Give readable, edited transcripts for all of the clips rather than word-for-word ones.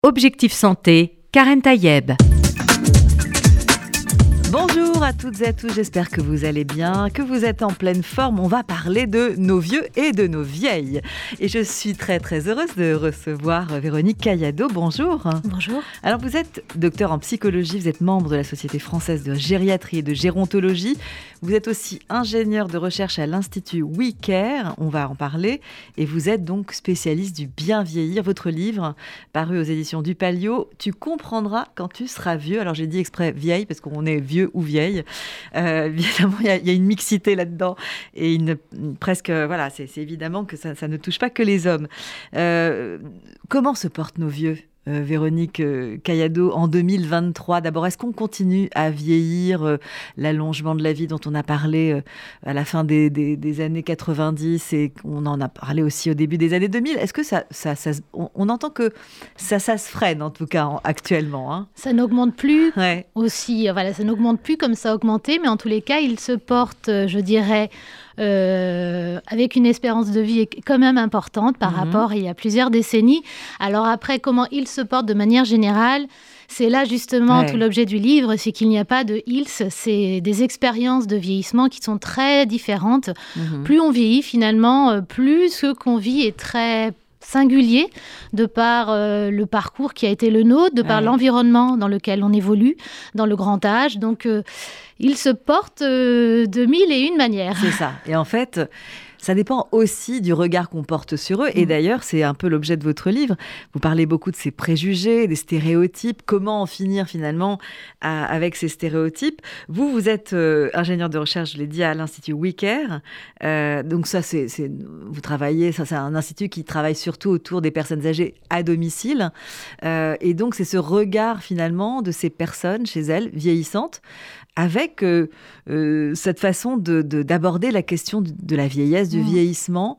Objectif Santé, Karen Tayeb. Bonjour à toutes et à tous, j'espère que vous allez bien, que vous êtes en pleine forme. On va parler de nos vieux et de nos vieilles. Et je suis très heureuse de recevoir Véronique Cayado. Bonjour. Bonjour. Alors vous êtes docteur en psychologie, vous êtes membre de la Société française de gériatrie et de gérontologie. Vous êtes aussi ingénieur de recherche à l'Institut We Care, on va en parler. Et vous êtes donc spécialiste du bien vieillir. Votre livre, paru aux éditions du Palio, Tu comprendras quand tu seras vieux. Alors j'ai dit exprès vieille parce qu'on est vieux ou vieille. Évidemment, il y a une mixité là-dedans. Et voilà, c'est évidemment que ça ne touche pas que les hommes. Comment se portent nos vieux, Véronique Cayado, en 2023? D'abord, est-ce qu'on continue à vieillir, l'allongement de la vie dont on a parlé à la fin des années 90 et on en a parlé aussi au début des années 2000? Est-ce que on entend que ça se freine en tout cas actuellement, hein? Ça n'augmente plus Ouais. aussi, voilà, ça n'augmente plus comme ça a augmenté, mais en tous les cas, il se porte, je dirais, avec une espérance de vie quand même importante par rapport à il y a plusieurs décennies. Alors après, comment il se porte de manière générale, c'est là justement tout l'objet du livre, c'est qu'il n'y a pas de ils, c'est des expériences de vieillissement qui sont très différentes. Plus on vieillit finalement, plus ce qu'on vit est très singulier de par le parcours qui a été le nôtre, de par l'environnement dans lequel on évolue, dans le grand âge. Donc, il se porte de mille et une manières. C'est ça. Et en fait, ça dépend aussi du regard qu'on porte sur eux. Et d'ailleurs, c'est un peu l'objet de votre livre. Vous parlez beaucoup de ces préjugés, des stéréotypes. Comment en finir finalement avec ces stéréotypes? Vous êtes ingénieur de recherche, je l'ai dit, à l'Institut We Care. Donc ça, vous travaillez, ça c'est un institut qui travaille surtout autour des personnes âgées à domicile. Et donc, c'est ce regard finalement de ces personnes chez elles, vieillissantes, avec cette façon d'aborder la question de la vieillesse, du vieillissement.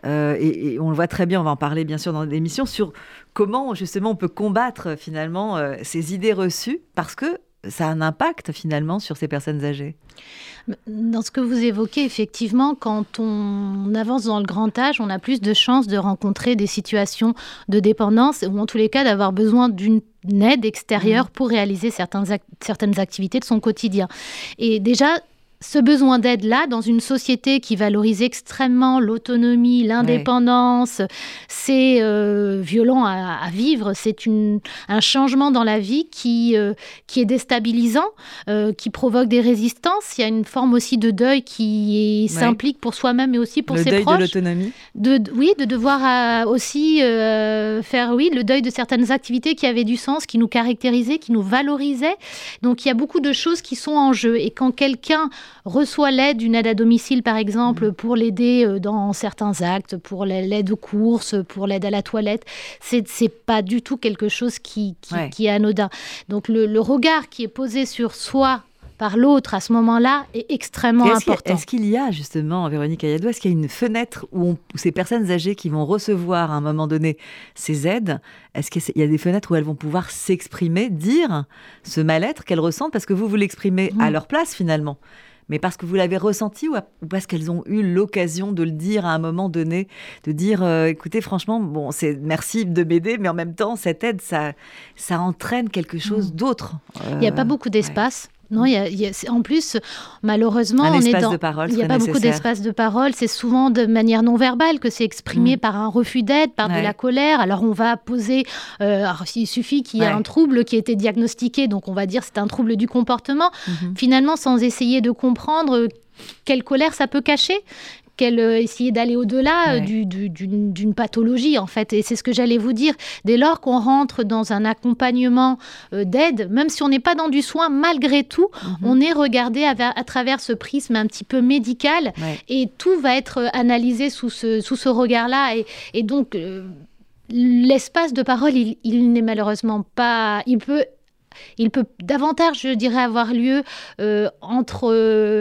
Et on le voit très bien, on va en parler bien sûr dans l'émission, sur comment justement on peut combattre finalement ces idées reçues, parce que ça a un impact finalement sur ces personnes âgées. Dans ce que vous évoquez, effectivement, quand on avance dans le grand âge, on a plus de chances de rencontrer des situations de dépendance, ou en tous les cas d'avoir besoin d'une aide extérieure pour réaliser certaines activités de son quotidien. Et déjà, ce besoin d'aide-là, dans une société qui valorise extrêmement l'autonomie, l'indépendance, c'est violent à vivre. C'est un changement dans la vie qui est déstabilisant, qui provoque des résistances. Il y a une forme aussi de deuil qui s'implique pour soi-même, mais aussi pour ses proches. Le deuil de l'autonomie. De devoir aussi faire le deuil de certaines activités qui avaient du sens, qui nous caractérisaient, qui nous valorisaient. Donc il y a beaucoup de choses qui sont en jeu. Et quand quelqu'un reçoit l'aide d'une aide à domicile, par exemple, pour l'aider dans certains actes, pour l'aide aux courses, pour l'aide à la toilette, c'est pas du tout quelque chose qui est anodin. Donc le regard qui est posé sur soi par l'autre à ce moment-là est extrêmement important. Est-ce qu'il y a justement, Véronique Cayado, est-ce qu'il y a une fenêtre où ces personnes âgées qui vont recevoir à un moment donné ces aides, est-ce qu'il y a des fenêtres où elles vont pouvoir s'exprimer, dire ce mal-être qu'elles ressentent, parce que vous l'exprimez à leur place finalement, mais parce que vous l'avez ressenti ou parce qu'elles ont eu l'occasion de le dire à un moment donné, de dire écoutez, franchement, merci de m'aider, mais en même temps, cette aide, ça entraîne quelque chose d'autre. Il n'y a pas beaucoup d'espace. Non, en plus, malheureusement, il n'y a pas beaucoup d'espace de parole. C'est souvent de manière non verbale que c'est exprimé par un refus d'aide, par de la colère. Alors, on va poser... il suffit qu'il y ait un trouble qui ait été diagnostiqué, donc on va dire c'est un trouble du comportement. Finalement, sans essayer de comprendre quelle colère ça peut cacher, essayer d'aller au-delà d'une pathologie, en fait. Et c'est ce que j'allais vous dire. Dès lors qu'on rentre dans un accompagnement d'aide, même si on n'est pas dans du soin, malgré tout, on est regardé à travers ce prisme un petit peu médical, et tout va être analysé sous ce regard-là. Et donc, l'espace de parole, il n'est malheureusement pas... Il peut davantage, je dirais, avoir lieu entre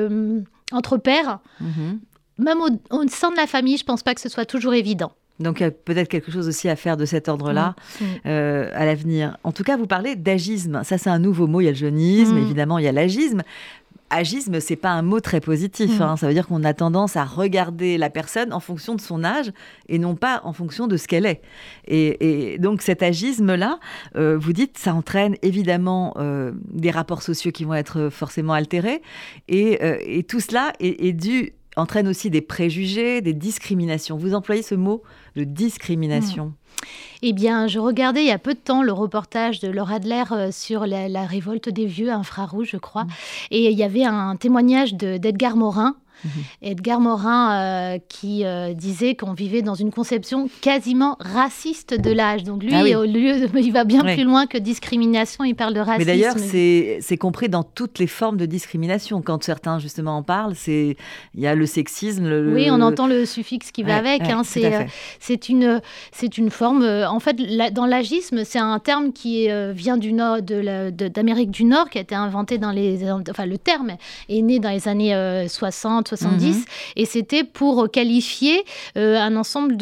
pairs. Même au sein de la famille, je ne pense pas que ce soit toujours évident. Donc, il y a peut-être quelque chose aussi à faire de cet ordre-là à l'avenir. En tout cas, vous parlez d'agisme. Ça, c'est un nouveau mot. Il y a le jeunisme, évidemment, il y a l'agisme. agisme, c'est pas un mot très positif. Ça veut dire qu'on a tendance à regarder la personne en fonction de son âge et non pas en fonction de ce qu'elle est. Et donc cet agisme-là, vous dites, ça entraîne évidemment des rapports sociaux qui vont être forcément altérés. Et tout cela entraîne aussi des préjugés, des discriminations. Vous employez ce mot de discrimination. Eh bien, je regardais il y a peu de temps le reportage de Laura Adler sur la révolte des vieux, infrarouge, je crois. Et il y avait un témoignage d'Edgar Morin. Edgar Morin qui disait qu'on vivait dans une conception quasiment raciste de l'âge. Donc lui, au lieu il va bien plus loin que discrimination, il parle de racisme. Mais d'ailleurs, c'est compris dans toutes les formes de discrimination. Quand certains, justement, en parlent, il y a le sexisme. Oui, on entend le suffixe qui va avec. C'est une forme... en fait, dans l'agisme, c'est un terme qui vient d'Amérique du Nord, qui a été inventé le terme est né dans les années 60, 70, et c'était pour qualifier un ensemble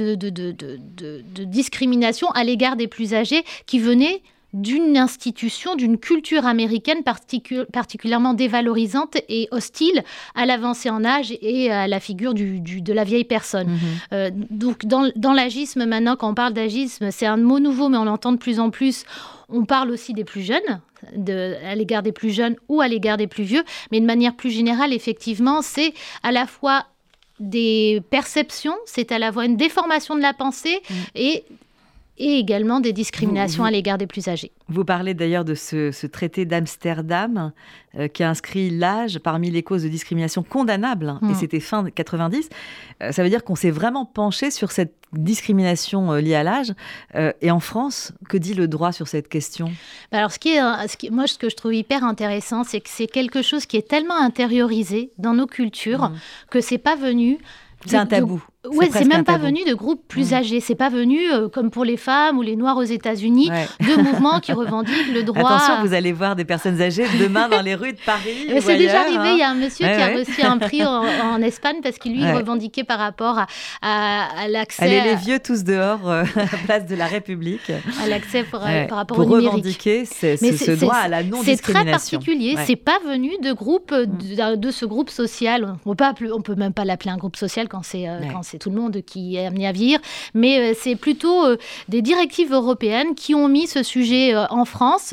de discriminations à l'égard des plus âgés qui venaient d'une institution, d'une culture américaine particulièrement dévalorisante et hostile à l'avancée en âge et à la figure de la vieille personne. Donc dans l'agisme, maintenant, quand on parle d'agisme, c'est un mot nouveau, mais on l'entend de plus en plus. On parle aussi des plus jeunes, à l'égard des plus jeunes ou à l'égard des plus vieux, mais de manière plus générale, effectivement, c'est à la fois des perceptions, c'est à la fois une déformation de la pensée et également des discriminations à l'égard des plus âgés. Vous parlez d'ailleurs de ce traité d'Amsterdam qui a inscrit l'âge parmi les causes de discrimination condamnables, et c'était fin 90. Ça veut dire qu'on s'est vraiment penché sur cette discrimination liée à l'âge. Et en France, que dit le droit sur cette question ? Alors, ce que je trouve hyper intéressant, c'est que c'est quelque chose qui est tellement intériorisé dans nos cultures que c'est pas venu... C'est un tabou. Oui, c'est même pas venu de groupes plus âgés. C'est pas venu, comme pour les femmes ou les Noirs aux États-Unis, de mouvements qui revendiquent le droit. Attention, vous allez voir des personnes âgées demain dans les rues de Paris. C'est déjà arrivé. Il y a un monsieur qui a reçu un prix en Espagne parce qu'il lui revendiquait par rapport à l'accès. Allez, les vieux tous dehors, à la place de la République. À l'accès par rapport au numérique. Pour revendiquer ce droit à la non-discrimination. C'est très particulier. C'est pas venu de groupe de ce groupe social. On peut même pas l'appeler un groupe social quand c'est tout le monde qui est amené à vieillir, mais c'est plutôt des directives européennes qui ont mis ce sujet en France.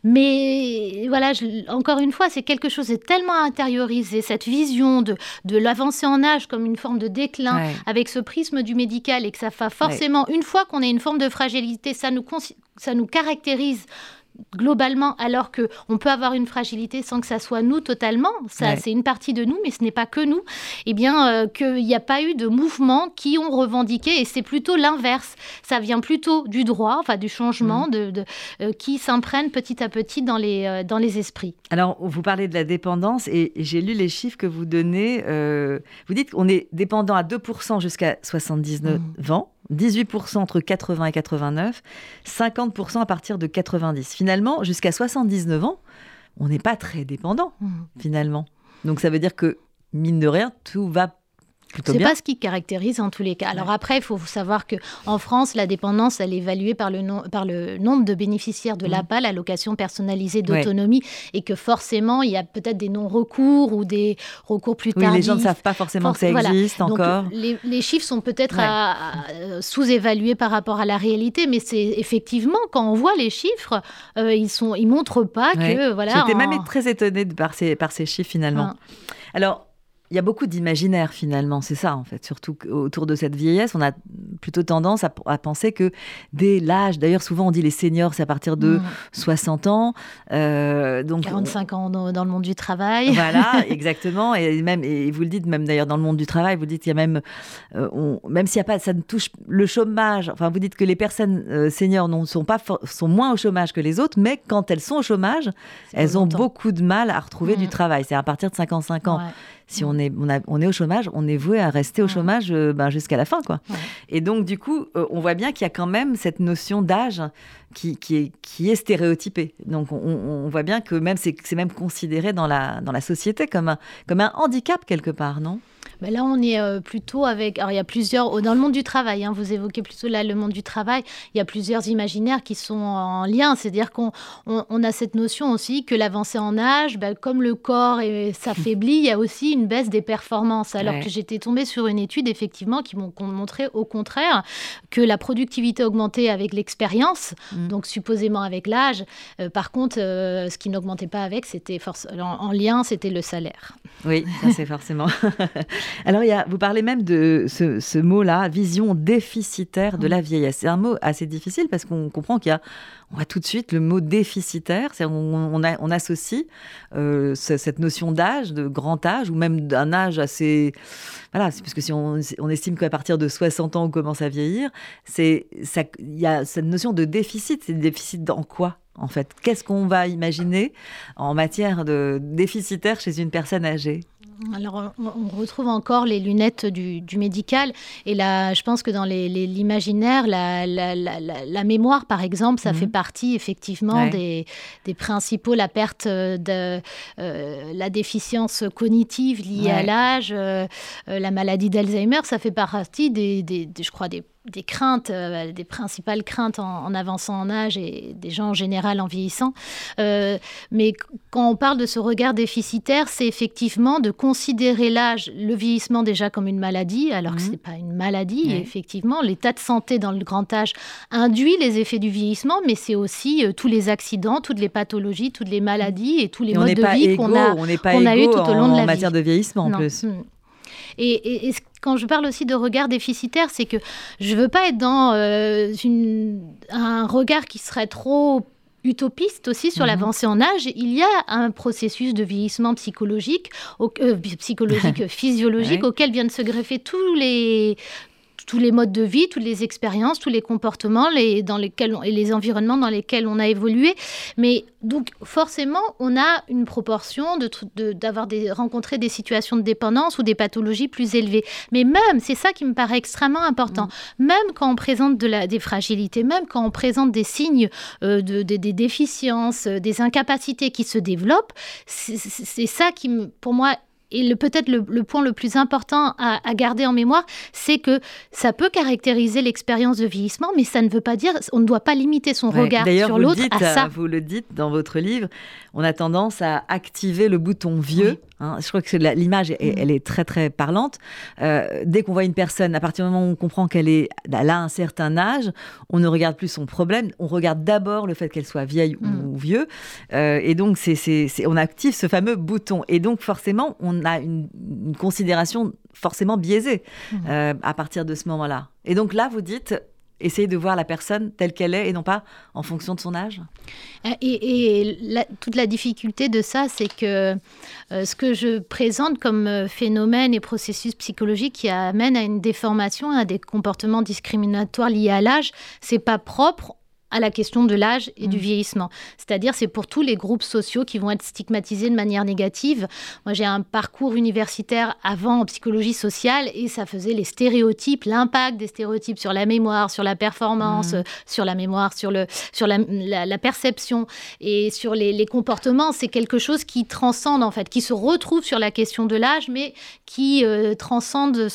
Mais voilà, encore une fois, c'est quelque chose de tellement intériorisé, cette vision de l'avancée en âge comme une forme de déclin avec ce prisme du médical, et que ça fait forcément, une fois qu'on a une forme de fragilité, ça nous caractérise globalement, alors qu'on peut avoir une fragilité sans que ça soit nous totalement, c'est une partie de nous, mais ce n'est pas que nous, qu'il n'y a pas eu de mouvements qui ont revendiqué, et c'est plutôt l'inverse. Ça vient plutôt du droit, du changement qui s'imprègne petit à petit dans les esprits. Alors, vous parlez de la dépendance, et j'ai lu les chiffres que vous donnez. Vous dites qu'on est dépendant à 2% jusqu'à 79 ans, 18% entre 80 et 89, 50% à partir de 90. Finalement, jusqu'à 79 ans, on n'est pas très dépendant, finalement. Donc ça veut dire que, mine de rien, tout va plutôt bien. C'est pas ce qui caractérise en tous les cas. Alors après, il faut savoir qu'en France, la dépendance, elle est évaluée par le nombre de bénéficiaires de l'APA, l'allocation personnalisée d'autonomie, et que forcément, il y a peut-être des non-recours ou des recours plus tardifs. Oui, les gens ne savent pas forcément que ça existe encore. Donc, les chiffres sont peut-être sous-évalués par rapport à la réalité, mais c'est effectivement, quand on voit les chiffres, ils montrent pas que... Voilà, j'étais même très étonnée par ces chiffres, finalement. Alors, il y a beaucoup d'imaginaire, finalement, c'est ça, en fait. Surtout autour de cette vieillesse, on a plutôt tendance à penser que dès l'âge, d'ailleurs, souvent on dit les seniors, c'est à partir de 60 ans. Donc 45 ans dans le monde du travail. Voilà, exactement. Et vous le dites, même d'ailleurs, dans le monde du travail, vous dites qu'il y a même s'il y a pas, ça ne touche le chômage. Enfin, vous dites que les personnes seniors sont moins au chômage que les autres, mais quand elles sont au chômage, elles ont beaucoup de mal à retrouver du travail. C'est à partir de 55 ans. Si on est au chômage, on est voué à rester au chômage jusqu'à la fin, quoi. Et donc, du coup, on voit bien qu'il y a quand même cette notion d'âge qui est stéréotypée. Donc, on voit bien que c'est même considéré dans la société comme un handicap quelque part, non ? Là, on est plutôt avec... Alors, il y a plusieurs... Dans le monde du travail, vous évoquez plutôt là le monde du travail, il y a plusieurs imaginaires qui sont en lien. C'est-à-dire qu'on a cette notion aussi que l'avancée en âge, comme le corps s'affaiblit, il y a aussi une baisse des performances. Alors que j'étais tombée sur une étude, effectivement, qui montrait au contraire que la productivité augmentait avec l'expérience, donc supposément avec l'âge. Par contre, ce qui n'augmentait pas avec, c'était en lien, c'était le salaire. Oui, ça c'est forcément... Alors, vous parlez même de ce mot-là, vision déficitaire de la vieillesse. C'est un mot assez difficile parce qu'on comprend on a tout de suite le mot déficitaire. On associe cette notion d'âge, de grand âge, ou même d'un âge assez... Voilà, c'est parce que si on estime qu'à partir de 60 ans, on commence à vieillir, il y a cette notion de déficit. C'est déficit dans quoi ? En fait, qu'est-ce qu'on va imaginer en matière de déficitaire chez une personne âgée ? Alors, on retrouve encore les lunettes du médical. Et là, je pense que dans l'imaginaire, la mémoire, par exemple, ça fait partie effectivement des principaux. La perte de la déficience cognitive liée à l'âge, la maladie d'Alzheimer, ça fait partie je crois, des craintes, des principales craintes en avançant en âge et des gens en général en vieillissant. Mais quand on parle de ce regard déficitaire, c'est effectivement de considérer l'âge, le vieillissement déjà comme une maladie, alors que ce n'est pas une maladie. Et effectivement, l'état de santé dans le grand âge induit les effets du vieillissement, mais c'est aussi tous les accidents, toutes les pathologies, toutes les maladies et tous les modes de vie qu'on a eu tout au long de la vie. En matière de vieillissement, en plus. Et quand je parle aussi de regard déficitaire, c'est que je ne veux pas être dans un regard qui serait trop utopiste aussi sur l'avancée en âge. Il y a un processus de vieillissement psychologique, physiologique, auquel viennent se greffer tous les modes de vie, toutes les expériences, tous les comportements et les environnements dans lesquels on a évolué. Mais donc, forcément, on a une proportion d'avoir rencontré des situations de dépendance ou des pathologies plus élevées. Mais même, c'est ça qui me paraît extrêmement important, même quand on présente des fragilités, même quand on présente des signes des déficiences, des incapacités qui se développent, c'est ça qui, pour moi, et peut-être le point le plus important à garder en mémoire, c'est que ça peut caractériser l'expérience de vieillissement, mais ça ne veut pas dire, on ne doit pas limiter son regard sur l'autre à ça. Vous le dites dans votre livre, on a tendance à activer le bouton vieux. Je crois que l'image, elle est très, très parlante. Dès qu'on voit une personne, à partir du moment où on comprend qu'elle a un certain âge, on ne regarde plus son problème. On regarde d'abord le fait qu'elle soit vieille ou vieux. Et donc, on active ce fameux bouton. Et donc, forcément, on a une considération forcément biaisée à partir de ce moment-là. Et donc là, vous dites... Essayez de voir la personne telle qu'elle est et non pas en fonction de son âge. Toute la difficulté de ça, c'est que ce que je présente comme phénomène et processus psychologique qui amène à une déformation, à des comportements discriminatoires liés à l'âge, c'est pas propre à la question de l'âge et du vieillissement. C'est-à-dire, c'est pour tous les groupes sociaux qui vont être stigmatisés de manière négative. Moi, j'ai un parcours universitaire avant en psychologie sociale et ça faisait les stéréotypes, l'impact des stéréotypes sur la mémoire, sur la performance, sur la mémoire, sur la perception et sur les comportements. C'est quelque chose qui transcende, en fait, qui se retrouve sur la question de l'âge, mais qui transcende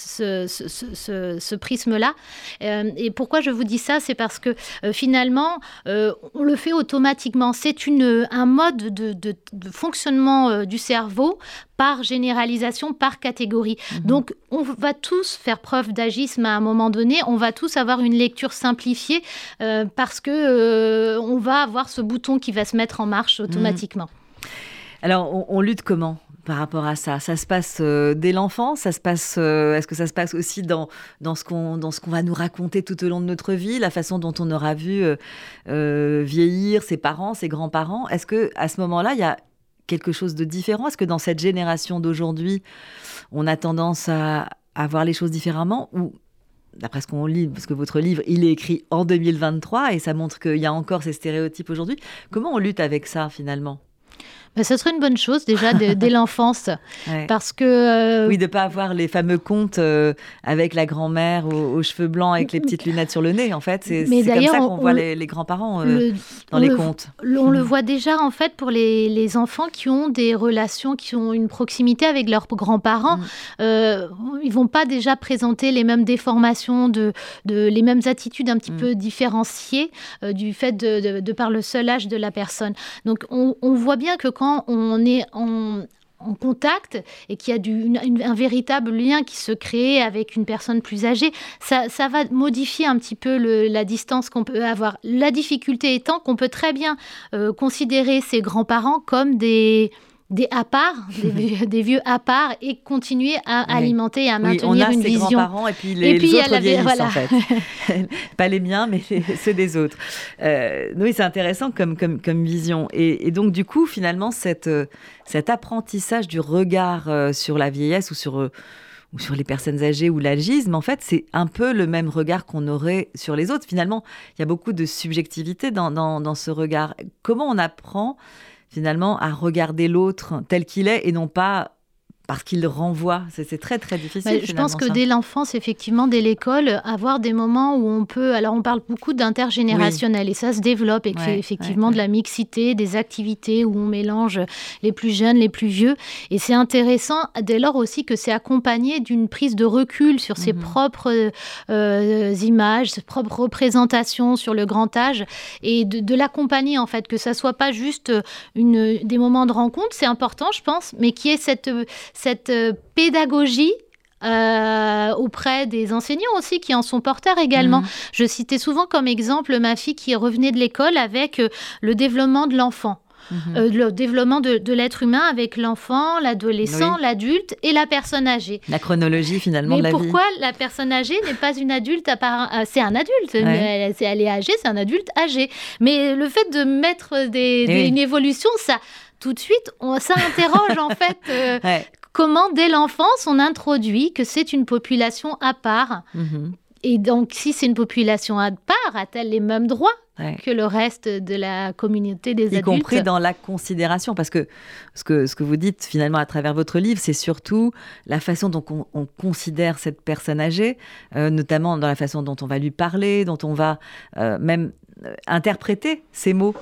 ce prisme-là. Et pourquoi je vous dis ça ? C'est parce que finalement, on le fait automatiquement. C'est un mode de fonctionnement du cerveau par généralisation, par catégorie. Donc, on va tous faire preuve d'agisme à un moment donné. On va tous avoir une lecture simplifiée parce que on va avoir ce bouton qui va se mettre en marche automatiquement. Alors, on lutte comment ? Par rapport à ça, ça se passe dès l'enfance, est-ce que ça se passe aussi dans ce qu'on va nous raconter tout au long de notre vie, la façon dont on aura vu vieillir ses parents, ses grands-parents? Est-ce que à ce moment-là, il y a quelque chose de différent? Est-ce que dans cette génération d'aujourd'hui, on a tendance à voir les choses différemment ou d'après ce qu'on lit, parce que votre livre, il est écrit en 2023 et ça montre qu'il y a encore ces stéréotypes aujourd'hui. Comment on lutte avec ça finalement ? Ça serait une bonne chose déjà dès l'enfance, parce que... Oui, de ne pas avoir les fameux contes avec la grand-mère aux cheveux blancs avec les petites lunettes sur le nez, en fait. C'est comme ça qu'on voit les grands-parents dans les contes. On le voit déjà, en fait, pour les enfants qui ont des relations, qui ont une proximité avec leurs grands-parents. Ils ne vont pas déjà présenter les mêmes déformations, les mêmes attitudes un petit peu différenciées du fait de par le seul âge de la personne. Donc, on voit bien que quand on est en contact et qu'il y a un véritable lien qui se crée avec une personne plus âgée, ça va modifier un petit peu la distance qu'on peut avoir. La difficulté étant qu'on peut très bien considérer ses grands-parents comme des à part, des vieux à part, et continuer à alimenter et à maintenir une vision. On a ses grands-parents et puis les autres vieillissent, en fait. Pas les miens, mais ceux des autres. Oui, c'est intéressant comme vision. Et donc, du coup, finalement, cet apprentissage du regard sur la vieillesse ou sur les personnes âgées ou l'agisme, en fait, c'est un peu le même regard qu'on aurait sur les autres. Finalement, il y a beaucoup de subjectivité dans ce regard. Comment on apprend finalement à regarder l'autre tel qu'il est et non pas parce qu'il renvoie. C'est très, très difficile. Je pense que dès l'enfance, effectivement, dès l'école, avoir des moments où on peut... Alors, on parle beaucoup d'intergénérationnel et ça se développe, et effectivement de la mixité, des activités où on mélange les plus jeunes, les plus vieux. Et c'est intéressant dès lors aussi que c'est accompagné d'une prise de recul sur ses propres images, ses propres représentations sur le grand âge, et de l'accompagner, en fait, que ça soit pas juste des moments de rencontre, c'est important, je pense, mais qui est cette pédagogie auprès des enseignants aussi, qui en sont porteurs également. Je citais souvent comme exemple ma fille qui revenait de l'école avec le développement de l'enfant. Le développement de l'être humain avec l'enfant, l'adolescent, l'adulte et la personne âgée. La chronologie finalement de la vie. Mais pourquoi la personne âgée n'est pas une adulte à part... C'est un adulte, mais elle est âgée, c'est un adulte âgé. Mais le fait de mettre une évolution, ça... Tout de suite, ça interroge en fait comment, dès l'enfance, on introduit que c'est une population à part. Et donc, si c'est une population à part, a-t-elle les mêmes droits que le reste de la communauté des adultes ? Y compris dans la considération, parce que ce que vous dites finalement à travers votre livre, c'est surtout la façon dont on considère cette personne âgée, notamment dans la façon dont on va lui parler, dont on va même interpréter ces mots,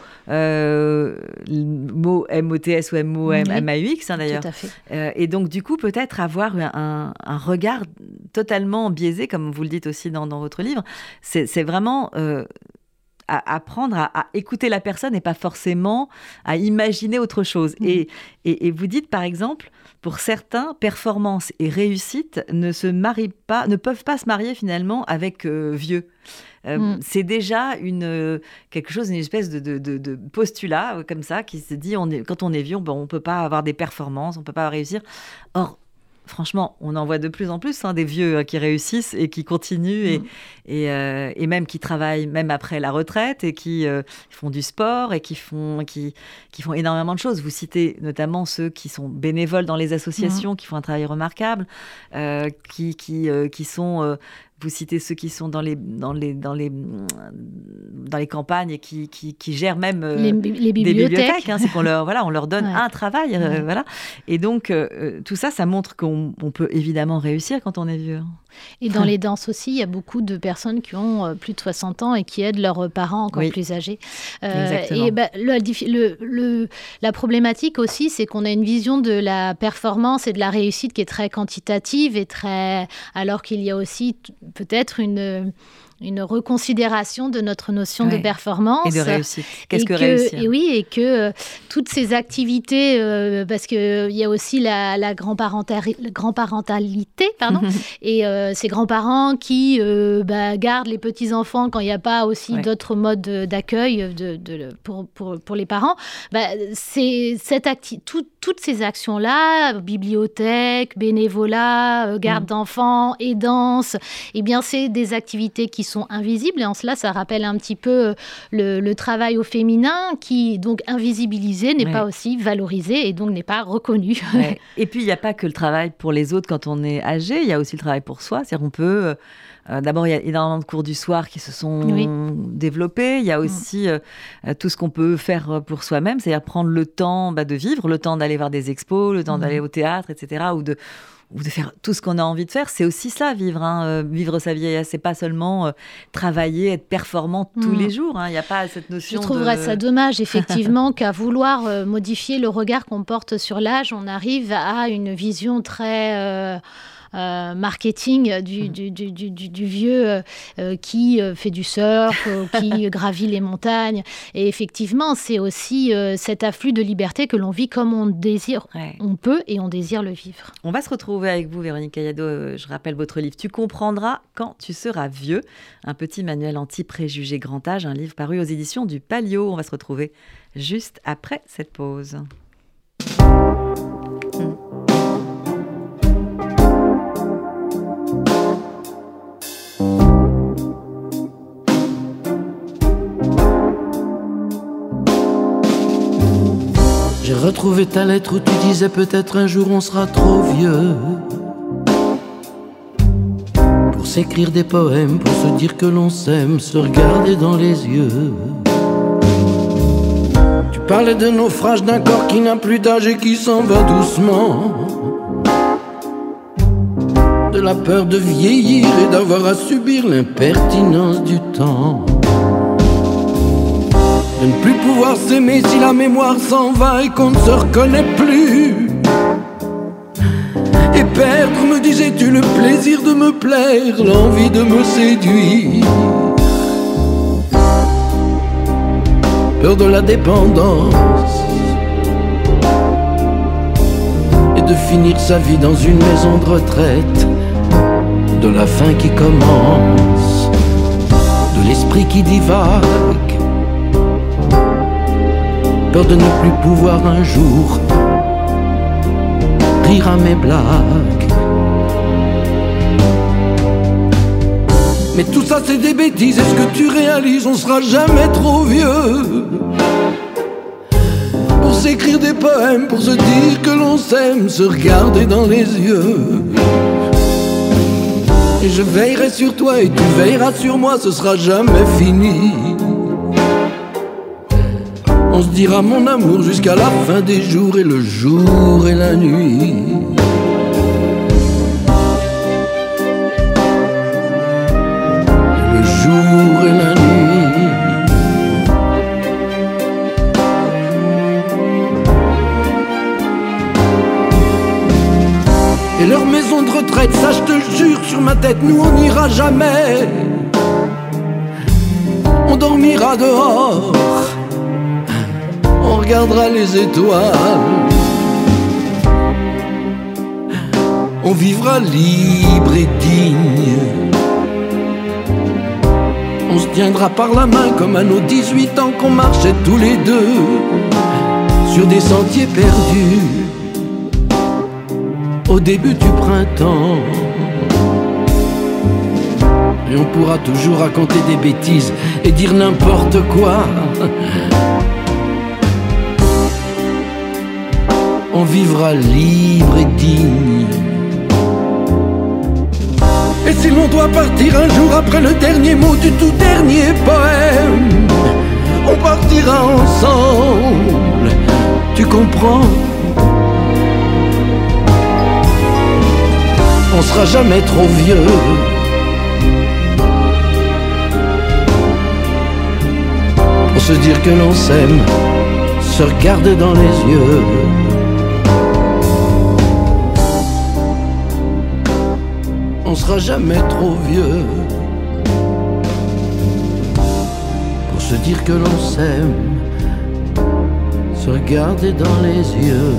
mots M-O-T-S ou M-O-M-A-U-X d'ailleurs. Tout à fait. Et donc du coup peut-être avoir un regard totalement biaisé, comme vous le dites aussi dans votre livre. C'est vraiment apprendre à écouter la personne et pas forcément à imaginer autre chose. Et vous dites par exemple, pour certains, performance et réussite ne peuvent pas se marier finalement avec vieux. C'est déjà quelque chose, une espèce de postulat comme ça qui se dit quand on est vieux, on ne peut pas avoir des performances, on ne peut pas réussir. Or, franchement, on en voit de plus en plus des vieux qui réussissent et qui continuent et même qui travaillent même après la retraite et qui font du sport et qui font énormément de choses. Vous citez notamment ceux qui sont bénévoles dans les associations, qui font un travail remarquable, qui sont... Vous citez ceux qui sont dans les campagnes et qui gèrent même les bibliothèques. C'est qu'on leur donne un travail. Voilà. Et donc, tout ça montre qu'on peut évidemment réussir quand on est vieux. Et dans les danses aussi, il y a beaucoup de personnes qui ont plus de 60 ans et qui aident leurs parents encore plus âgés. Et la problématique aussi, c'est qu'on a une vision de la performance et de la réussite qui est très quantitative alors qu'il y a aussi peut-être une reconsidération de notre notion de performance. Et de réussite. Qu'est-ce que réussir ? Et que toutes ces activités, parce qu'il y a aussi la grand-parentalité, et ces grands-parents qui gardent les petits-enfants quand il n'y a pas aussi d'autres modes d'accueil pour les parents. C'est toutes ces actions-là, bibliothèque, bénévolat, garde d'enfants, aidance, c'est des activités qui sont invisibles, et en cela, ça rappelle un petit peu le travail au féminin qui, donc, invisibilisé, n'est pas aussi valorisé et donc n'est pas reconnu. Et puis, il n'y a pas que le travail pour les autres quand on est âgé, il y a aussi le travail pour soi. C'est-à-dire qu'on peut D'abord, il y a énormément de cours du soir qui se sont développés. Il y a aussi tout ce qu'on peut faire pour soi-même, c'est-à-dire prendre le temps de vivre, le temps d'aller voir des expos, le temps d'aller au théâtre, etc., ou de faire tout ce qu'on a envie de faire. C'est aussi ça, vivre. Vivre sa vieillesse, c'est pas seulement travailler, être performant tous les jours. Il n'y a pas cette notion. Je trouverais ça dommage, effectivement, qu'à vouloir modifier le regard qu'on porte sur l'âge, on arrive à une vision très... marketing du vieux qui fait du surf, qui gravit les montagnes. Et effectivement, c'est aussi cet afflux de liberté que l'on vit comme on désire. On peut et on désire le vivre. On va se retrouver avec vous, Véronique Cayado. Je rappelle votre livre « Tu comprendras quand tu seras vieux », un petit manuel anti-préjugés grand âge, un livre paru aux éditions du Palio. On va se retrouver juste après cette pause. J'ai retrouvé ta lettre où tu disais peut-être un jour on sera trop vieux pour s'écrire des poèmes, pour se dire que l'on s'aime, se regarder dans les yeux. Tu parlais de naufrage d'un corps qui n'a plus d'âge et qui s'en va doucement, de la peur de vieillir et d'avoir à subir l'impertinence du temps, de ne plus pouvoir s'aimer si la mémoire s'en va et qu'on ne se reconnaît plus, et perdre, me disais-tu, le plaisir de me plaire, l'envie de me séduire, peur de la dépendance et de finir sa vie dans une maison de retraite, de la fin qui commence, de l'esprit qui divague, peur de ne plus pouvoir un jour rire à mes blagues. Mais tout ça c'est des bêtises, est-ce que tu réalises, on sera jamais trop vieux pour s'écrire des poèmes, pour se dire que l'on s'aime, se regarder dans les yeux. Et je veillerai sur toi et tu veilleras sur moi, ce sera jamais fini. On se dira mon amour jusqu'à la fin des jours, et le jour et la nuit. Le jour et la nuit. Et leur maison de retraite, ça je te le jure sur ma tête, nous on n'ira jamais. On dormira dehors, on regardera les étoiles, on vivra libre et digne, on se tiendra par la main comme à nos 18 ans qu'on marchait tous les deux sur des sentiers perdus au début du printemps. Et on pourra toujours raconter des bêtises et dire n'importe quoi. On vivra libre et digne. Et si l'on doit partir un jour après le dernier mot du tout dernier poème, on partira ensemble, tu comprends? On sera jamais trop vieux pour se dire que l'on s'aime, se regarder dans les yeux. On sera jamais trop vieux pour se dire que l'on s'aime, se regarder dans les yeux.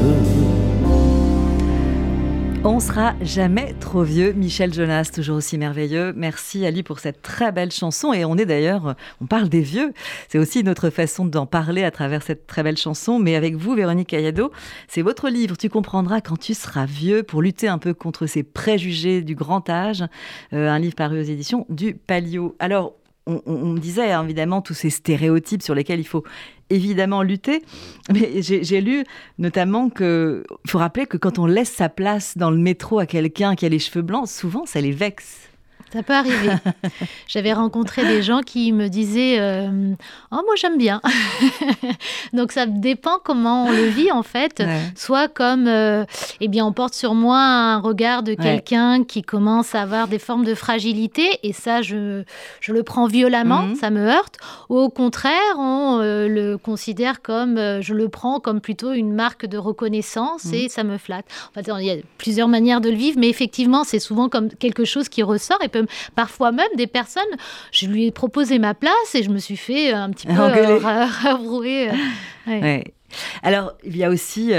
On sera jamais trop vieux. Michel Jonas, toujours aussi merveilleux. Merci Ali pour cette très belle chanson. Et on parle des vieux. C'est aussi notre façon d'en parler à travers cette très belle chanson. Mais avec vous, Véronique Cayado, c'est votre livre. Tu comprendras quand tu seras vieux, pour lutter un peu contre ces préjugés du grand âge. Un livre paru aux éditions du Palio. Alors, on disait évidemment tous ces stéréotypes sur lesquels il faut évidemment lutter, mais j'ai lu notamment qu'il faut rappeler que quand on laisse sa place dans le métro à quelqu'un qui a les cheveux blancs, souvent ça les vexe. Ça peut arriver. J'avais rencontré des gens qui me disaient « Oh, moi, j'aime bien ». Donc, ça dépend comment on le vit, en fait. Soit comme, on porte sur moi un regard de quelqu'un qui commence à avoir des formes de fragilité, et ça, je le prends violemment, ça me heurte. Ou au contraire, on le considère comme, je le prends comme plutôt une marque de reconnaissance et ça me flatte. En fait, il y a plusieurs manières de le vivre, mais effectivement, c'est souvent comme quelque chose qui ressort, et parfois même des personnes, je lui ai proposé ma place et je me suis fait un petit peu ravrouer. Alors, il y a aussi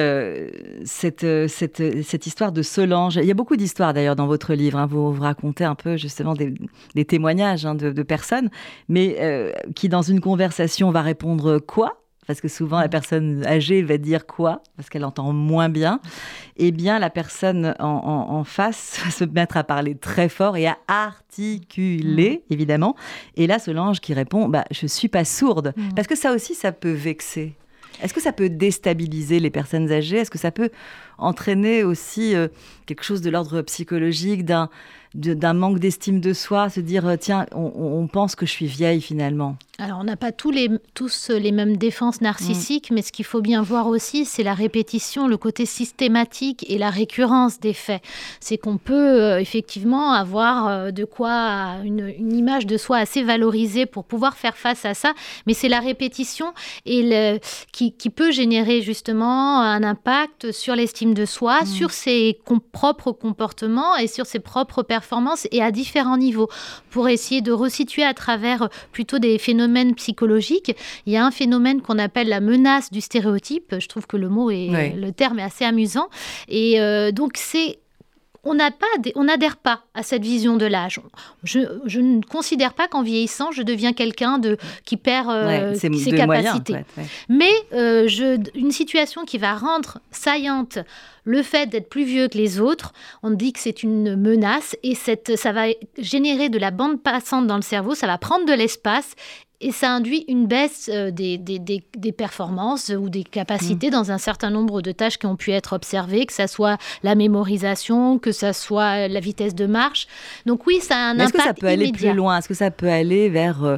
cette histoire de Solange. Il y a beaucoup d'histoires d'ailleurs dans votre livre. Hein. Vous racontez un peu justement des témoignages de personnes, mais qui dans une conversation va répondre quoi ? Parce que souvent, la personne âgée va dire quoi ? Parce qu'elle entend moins bien. Eh bien, la personne en face va se mettre à parler très fort et à articuler, évidemment. Et là, Solange qui répond « je ne suis pas sourde ». Parce que ça aussi, ça peut vexer. Est-ce que ça peut déstabiliser les personnes âgées ? Est-ce que ça peut entraîner aussi quelque chose de l'ordre psychologique, d'un manque d'estime de soi, se dire tiens, on pense que je suis vieille finalement? Alors, on n'a pas tous les mêmes défenses narcissiques, mais ce qu'il faut bien voir aussi, c'est la répétition, le côté systématique et la récurrence des faits. C'est qu'on peut effectivement avoir de quoi une image de soi assez valorisée pour pouvoir faire face à ça, mais c'est la répétition qui peut générer justement un impact sur l'estime de soi, sur ses propres comportements et sur ses propres performances, et à différents niveaux. Pour essayer de resituer à travers plutôt des phénomènes psychologiques, il y a un phénomène qu'on appelle la menace du stéréotype. Je trouve que le terme est assez amusant. Et donc, on n'adhère pas à cette vision de l'âge. Je ne considère pas qu'en vieillissant, je deviens quelqu'un qui perd ses capacités. Moyens, en fait, Mais une situation qui va rendre saillante le fait d'être plus vieux que les autres, on dit que c'est une menace, et ça va générer de la bande passante dans le cerveau, ça va prendre de l'espace, et ça induit une baisse des performances ou des capacités dans un certain nombre de tâches qui ont pu être observées, que ça soit la mémorisation, que ça soit la vitesse de marche. Donc oui, ça a un impact immédiat. Est-ce que ça peut aller plus loin ? Est-ce que ça peut aller vers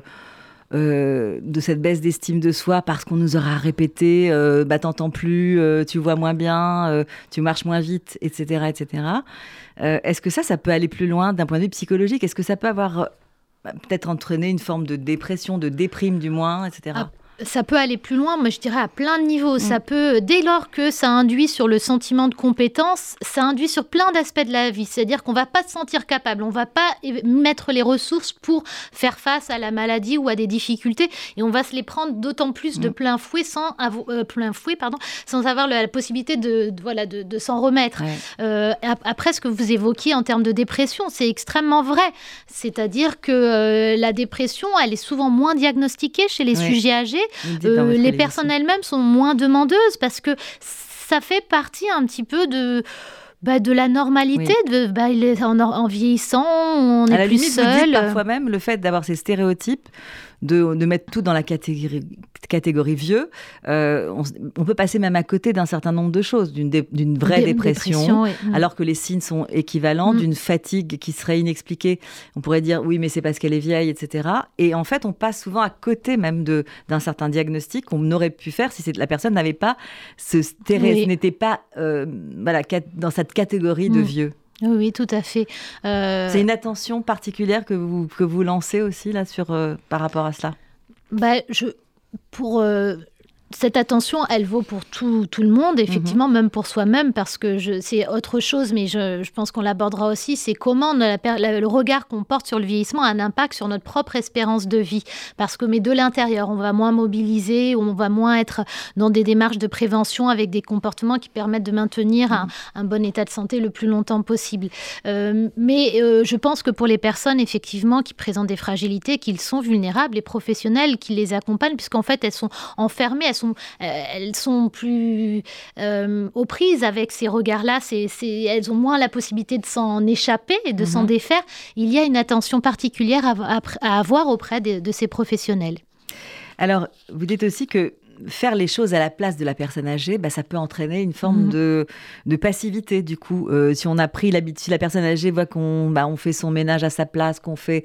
de cette baisse d'estime de soi parce qu'on nous aura répété t'entends plus, tu vois moins bien, tu marches moins vite, etc. etc. Est-ce que ça peut aller plus loin d'un point de vue psychologique ? Est-ce que ça peut avoir peut-être entraîner une forme de dépression, de déprime du moins, etc. Ça peut aller plus loin, moi je dirais à plein de niveaux. Ça peut, dès lors que ça induit sur le sentiment de compétence, ça induit sur plein d'aspects de la vie. C'est-à-dire qu'on ne va pas se sentir capable, on ne va pas mettre les ressources pour faire face à la maladie ou à des difficultés, et on va se les prendre d'autant plus de plein fouet sans avoir la possibilité de s'en remettre. Après, ce que vous évoquiez en termes de dépression, c'est extrêmement vrai. C'est-à-dire que la dépression, elle est souvent moins diagnostiquée chez les sujets âgés. Les personnes elles-mêmes sont moins demandeuses parce que ça fait partie un petit peu de la normalité. En vieillissant, on est plus seul. Vous dites parfois même le fait d'avoir ces stéréotypes, de mettre tout dans la catégorie vieux, on peut passer même à côté d'un certain nombre de choses, d'une vraie dépression, alors que les signes sont équivalents, d'une fatigue qui serait inexpliquée. On pourrait dire oui, mais c'est parce qu'elle est vieille, etc. Et en fait, on passe souvent à côté même d'un certain diagnostic qu'on aurait pu faire si la personne n'avait pas n'était pas dans cette catégorie de vieux. Oui, tout à fait. C'est une attention particulière que vous lancez aussi là par rapport à cela. Cette attention, elle vaut pour tout le monde, effectivement, même pour soi-même, parce que c'est autre chose, mais je pense qu'on l'abordera aussi, c'est comment le regard qu'on porte sur le vieillissement a un impact sur notre propre espérance de vie. Mais de l'intérieur, on va moins mobiliser, on va moins être dans des démarches de prévention avec des comportements qui permettent de maintenir un bon état de santé le plus longtemps possible. Mais je pense que pour les personnes, effectivement, qui présentent des fragilités, qu'ils sont vulnérables, les professionnels qui les accompagnent, puisqu'en fait, elles sont enfermées, elles sont plus aux prises avec ces regards-là, elles ont moins la possibilité de s'en échapper et de s'en défaire. Il y a une attention particulière à avoir auprès de ces professionnels. Alors, vous dites aussi que faire les choses à la place de la personne âgée, ça peut entraîner une forme de passivité, du coup. Si on a pris l'habitude, si la personne âgée voit qu'on on fait son ménage à sa place, qu'on fait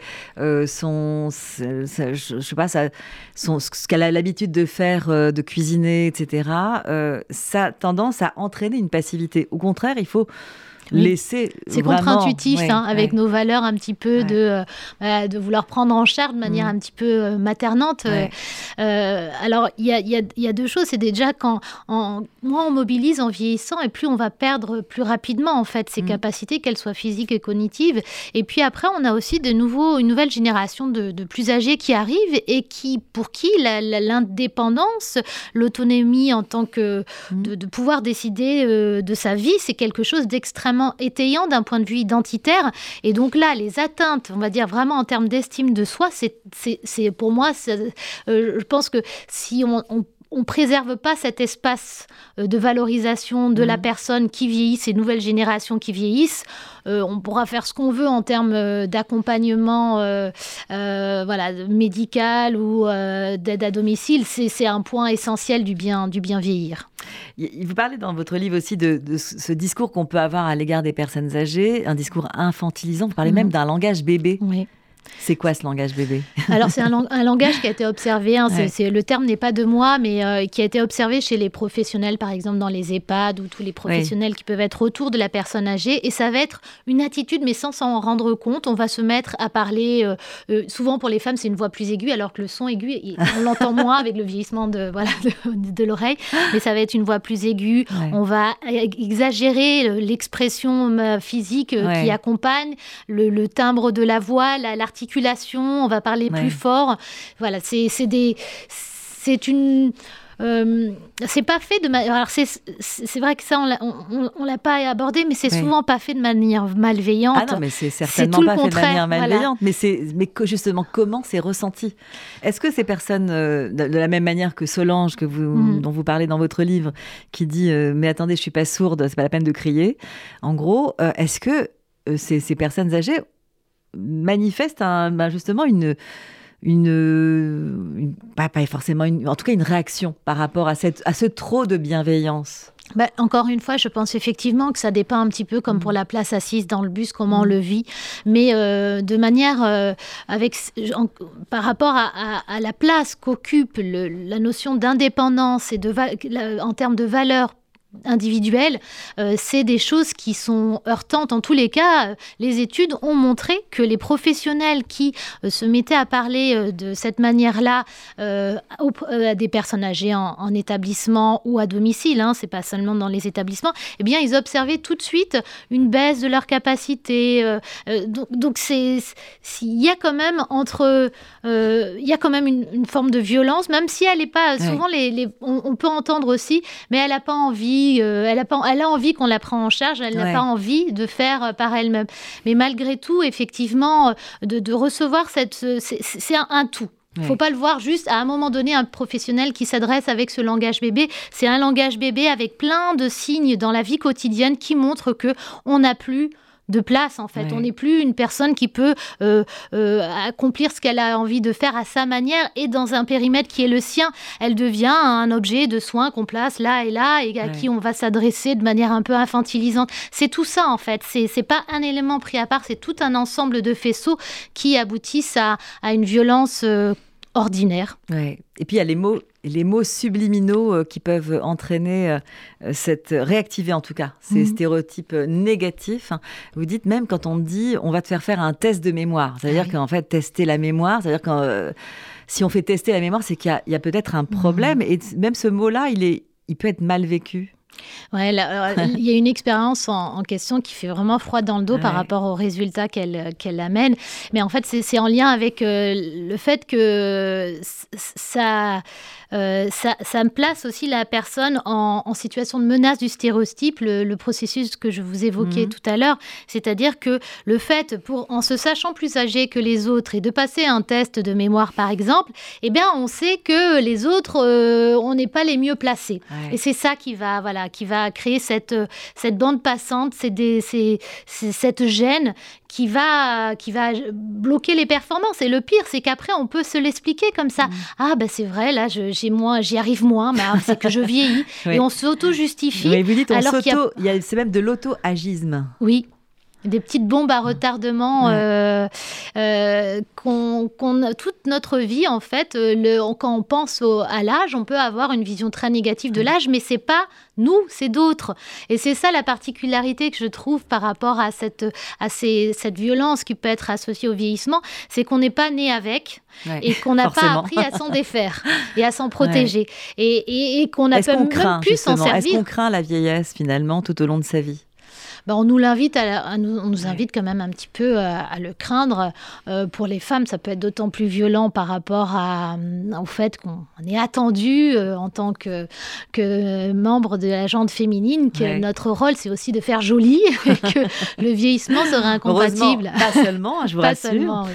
ce qu'elle a l'habitude de faire, de cuisiner, etc., ça a tendance à entraîner une passivité. Au contraire, il faut laisser c'est contre-intuitif avec nos valeurs un petit peu de vouloir prendre en charge de manière un petit peu maternante. Alors il y a deux choses. C'est déjà moins on mobilise en vieillissant et plus on va perdre plus rapidement en fait ses capacités, qu'elles soient physiques et cognitives. Et puis après on a aussi une nouvelle génération de plus âgés qui arrivent et pour qui l'indépendance, l'autonomie en tant que de pouvoir décider de sa vie, c'est quelque chose d'extrêmement étayant d'un point de vue identitaire. Et donc là, les atteintes, on va dire vraiment en termes d'estime de soi, c'est pour moi, je pense que si on préserve pas cet espace de valorisation de la personne qui vieillit, ces nouvelles générations qui vieillissent, on pourra faire ce qu'on veut en termes d'accompagnement médical ou d'aide à domicile. C'est un point essentiel du bien vieillir. Vous parlez dans votre livre aussi de ce discours qu'on peut avoir à l'égard des personnes âgées, un discours infantilisant. Vous parlez même d'un langage bébé. Oui. C'est quoi ce langage bébé ? Alors, c'est un langage qui a été observé, le terme n'est pas de moi, mais qui a été observé chez les professionnels, par exemple dans les EHPAD ou tous les professionnels qui peuvent être autour de la personne âgée. Et ça va être une attitude, mais sans s'en rendre compte. On va se mettre à parler, souvent pour les femmes, c'est une voix plus aiguë, alors que le son aigu, on l'entend moins avec le vieillissement de l'oreille, mais ça va être une voix plus aiguë. On va exagérer l'expression physique qui accompagne, le timbre de la voix, l'articulation, on va parler plus fort. Voilà, c'est pas fait de manière. Alors c'est vrai que ça on l'a pas abordé, mais c'est souvent pas fait de manière malveillante. Ah non, mais c'est certainement pas fait de manière malveillante. Voilà. Mais justement, comment c'est ressenti ? Est-ce que ces personnes, de la même manière que Solange, dont vous parlez dans votre livre, qui dit mais attendez, je suis pas sourde, c'est pas la peine de crier. En gros, est-ce que ces personnes âgées manifestent justement pas forcément en tout cas une réaction par rapport à ce trop de bienveillance? Encore une fois, je pense effectivement que ça dépend un petit peu comme pour la place assise dans le bus, comment on le vit, mais de manière par rapport à la place qu'occupe la notion d'indépendance et en termes de valeurs individuelles, c'est des choses qui sont heurtantes. En tous les cas, les études ont montré que les professionnels qui se mettaient à parler de cette manière-là à des personnes âgées en établissement ou à domicile, c'est pas seulement dans les établissements, eh bien, ils observaient tout de suite une baisse de leur capacité. Donc il y a quand même une forme de violence, même si elle n'est pas souvent on peut entendre aussi, mais elle n'a pas envie. Elle a envie qu'on la prenne en charge, elle n'a pas envie de faire par elle-même. Mais malgré tout, effectivement, de recevoir c'est un tout. Il ne faut pas le voir juste à un moment donné, un professionnel qui s'adresse avec ce langage bébé. C'est un langage bébé avec plein de signes dans la vie quotidienne qui montrent qu'on n'a plus de place en fait. On n'est plus une personne qui peut accomplir ce qu'elle a envie de faire à sa manière et dans un périmètre qui est le sien. Elle devient un objet de soin qu'on place là et là et à qui on va s'adresser de manière un peu infantilisante. C'est tout ça en fait. C'est pas un élément pris à part, c'est tout un ensemble de faisceaux qui aboutissent à une violence ordinaire. Et puis il y a les mots subliminaux qui peuvent entraîner réactiver en tout cas ces stéréotypes négatifs. Vous dites même quand on dit on va te faire un test de mémoire, c'est-à-dire qu'en fait tester la mémoire, c'est-à-dire que si on fait tester la mémoire, c'est qu'il y a peut-être un problème et même ce mot-là, il peut être mal vécu. Il y a une expérience en question qui fait vraiment froid dans le dos par rapport aux résultats qu'elle amène. Mais en fait, c'est en lien avec le fait que ça me place aussi la personne en situation de menace du stéréotype, le processus que je vous évoquais tout à l'heure. C'est-à-dire que le fait, en se sachant plus âgé que les autres et de passer un test de mémoire, par exemple, eh bien, on sait que les autres, on n'est pas les mieux placés. Et c'est ça qui va créer cette bande passante, cette gêne qui va bloquer les performances. Et le pire, c'est qu'après, on peut se l'expliquer comme ça. Ah, c'est vrai, là, j'ai j'y arrive moins, mais c'est que je vieillis. Oui. Et on s'auto-justifie. Mais vous dites, c'est même de l'auto-agisme. Oui. Des petites bombes à retardement qu'on a toute notre vie, en fait. Quand on pense à l'âge, on peut avoir une vision très négative de l'âge, mais c'est pas nous, c'est d'autres. Et c'est ça la particularité que je trouve par rapport à cette violence qui peut être associée au vieillissement, c'est qu'on n'est pas né avec et qu'on n'a pas appris à s'en défaire et à s'en protéger. Et qu'on n'a même plus s'en servir. Est-ce qu'on craint la vieillesse, finalement, tout au long de sa vie ? On nous l'invite on nous invite quand même un petit peu à le craindre. Pour les femmes, ça peut être d'autant plus violent par rapport au fait qu'on est attendu en tant que membre de la gente féminine, que notre rôle, c'est aussi de faire joli et que le vieillissement serait incompatible. Pas seulement, je vous rassure. Seulement,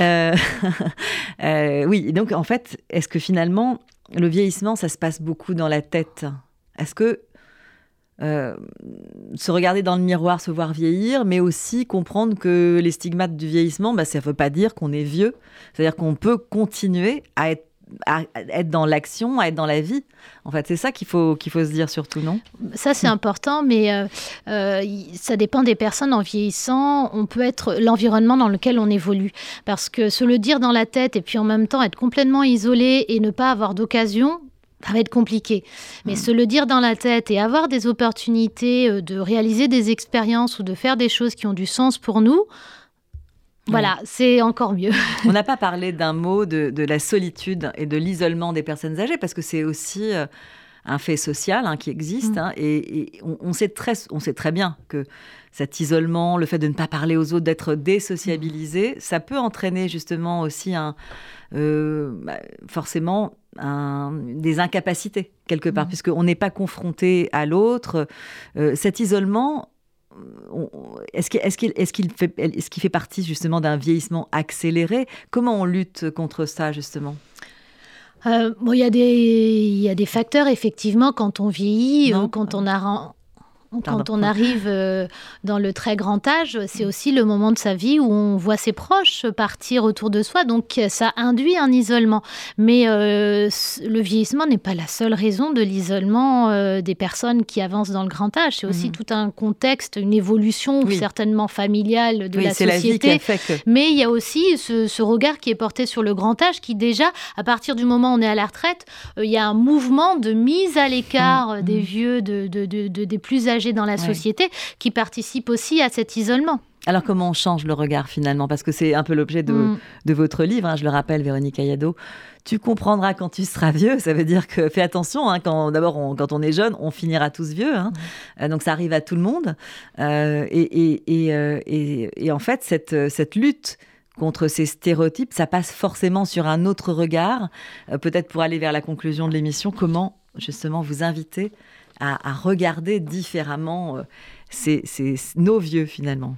oui. Oui, donc en fait, est-ce que finalement, le vieillissement, ça se passe beaucoup dans la tête ? Est-ce que se regarder dans le miroir, se voir vieillir, mais aussi comprendre que les stigmates du vieillissement, ça ne veut pas dire qu'on est vieux. C'est-à-dire qu'on peut continuer à être dans l'action, à être dans la vie. En fait, c'est ça qu'il faut se dire surtout, non ? Ça, c'est important, mais ça dépend des personnes. En vieillissant, on peut être l'environnement dans lequel on évolue. Parce que se le dire dans la tête et puis en même temps être complètement isolé et ne pas avoir d'occasion, ça va être compliqué. Mais se le dire dans la tête et avoir des opportunités de réaliser des expériences ou de faire des choses qui ont du sens pour nous, voilà, c'est encore mieux. On n'a pas parlé d'un mot de la solitude et de l'isolement des personnes âgées, parce que c'est aussi un fait social qui existe. Et on sait très bien que cet isolement, le fait de ne pas parler aux autres, d'être désociabilisé, ça peut entraîner justement aussi forcément des incapacités quelque part, puisqu'on n'est pas confronté à l'autre. Cet isolement, est-ce qu'il fait partie justement d'un vieillissement accéléré ? Comment on lutte contre ça justement ? Il y a des facteurs effectivement quand on vieillit, quand on arrive dans le très grand âge, c'est aussi le moment de sa vie où on voit ses proches partir autour de soi. Donc, ça induit un isolement. Mais le vieillissement n'est pas la seule raison de l'isolement des personnes qui avancent dans le grand âge. C'est aussi tout un contexte, une évolution certainement familiale de la société. La vie qui a fait que... Mais il y a aussi ce regard qui est porté sur le grand âge qui déjà, à partir du moment où on est à la retraite, il y a un mouvement de mise à l'écart des vieux, des plus âgés dans la société, qui participe aussi à cet isolement. Alors, comment on change le regard finalement ? Parce que c'est un peu l'objet de votre livre, je le rappelle, Véronique Ayado. Tu comprendras quand tu seras vieux. Ça veut dire que fais attention, quand on est jeune, on finira tous vieux. Donc, ça arrive à tout le monde. Et en fait, cette lutte contre ces stéréotypes, ça passe forcément sur un autre regard. Peut-être pour aller vers la conclusion de l'émission, comment justement vous inviter à regarder différemment nos vieux finalement.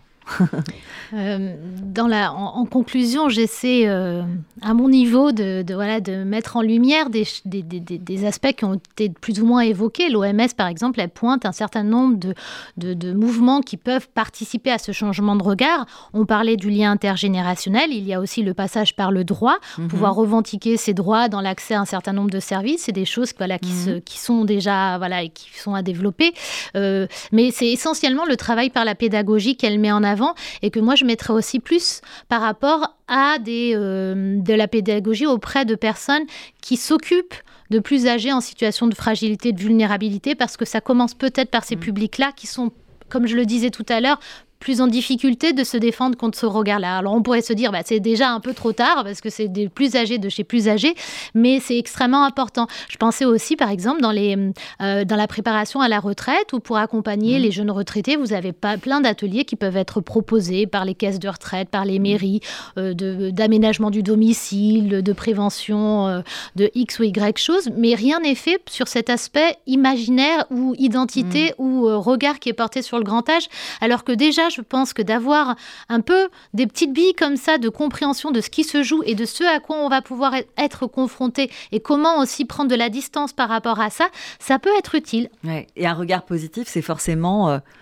En conclusion, j'essaie à mon niveau de mettre en lumière des aspects qui ont été plus ou moins évoqués. L'OMS, par exemple, elle pointe un certain nombre de mouvements qui peuvent participer à ce changement de regard. On parlait du lien intergénérationnel. Il y a aussi le passage par le droit, pouvoir revendiquer ses droits dans l'accès à un certain nombre de services. C'est des choses qui sont déjà et qui sont à développer. Mais c'est essentiellement le travail par la pédagogie qu'elle met en avant, et que moi je mettrais aussi plus par rapport à de la pédagogie auprès de personnes qui s'occupent de plus âgés en situation de fragilité, de vulnérabilité, parce que ça commence peut-être par ces publics-là qui sont, comme je le disais tout à l'heure, plus en difficulté de se défendre contre ce regard-là. Alors on pourrait se dire, c'est déjà un peu trop tard parce que c'est des plus âgés de chez plus âgés, mais c'est extrêmement important. Je pensais aussi, par exemple, dans la préparation à la retraite, ou pour accompagner les jeunes retraités, vous avez plein d'ateliers qui peuvent être proposés par les caisses de retraite, par les mairies, d'aménagement du domicile, de prévention de X ou Y choses, mais rien n'est fait sur cet aspect imaginaire ou identité ou regard qui est porté sur le grand âge, alors que déjà, je pense que d'avoir un peu des petites billes comme ça de compréhension de ce qui se joue et de ce à quoi on va pouvoir être confronté et comment aussi prendre de la distance par rapport à ça, ça peut être utile. Ouais. Et un regard positif, c'est forcément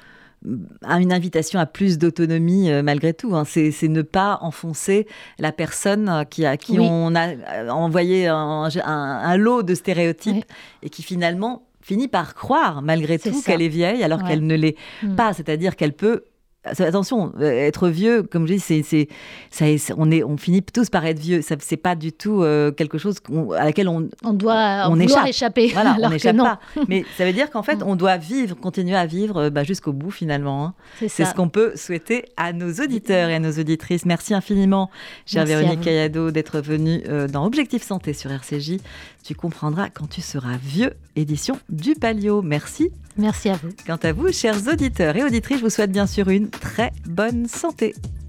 une invitation à plus d'autonomie malgré tout. Hein. C'est ne pas enfoncer la personne à qui on a envoyé un lot de stéréotypes et qui finalement finit par croire malgré tout qu'elle est vieille alors qu'elle ne l'est pas. C'est-à-dire qu'elle peut... Attention, être vieux, comme je dis, on finit tous par être vieux. C'est pas du tout quelque chose à laquelle on doit échapper. Voilà, on n'échappe pas. Mais ça veut dire qu'en fait, on doit continuer à vivre jusqu'au bout finalement. Hein. C'est ce qu'on peut souhaiter à nos auditeurs et à nos auditrices. Merci infiniment, chère Véronique Cailladeau, d'être venue dans Objectif Santé sur RCJ. Tu comprendras quand tu seras vieux, édition du Palio. Merci. Merci à vous. Quant à vous, chers auditeurs et auditrices, je vous souhaite bien sûr une très bonne santé.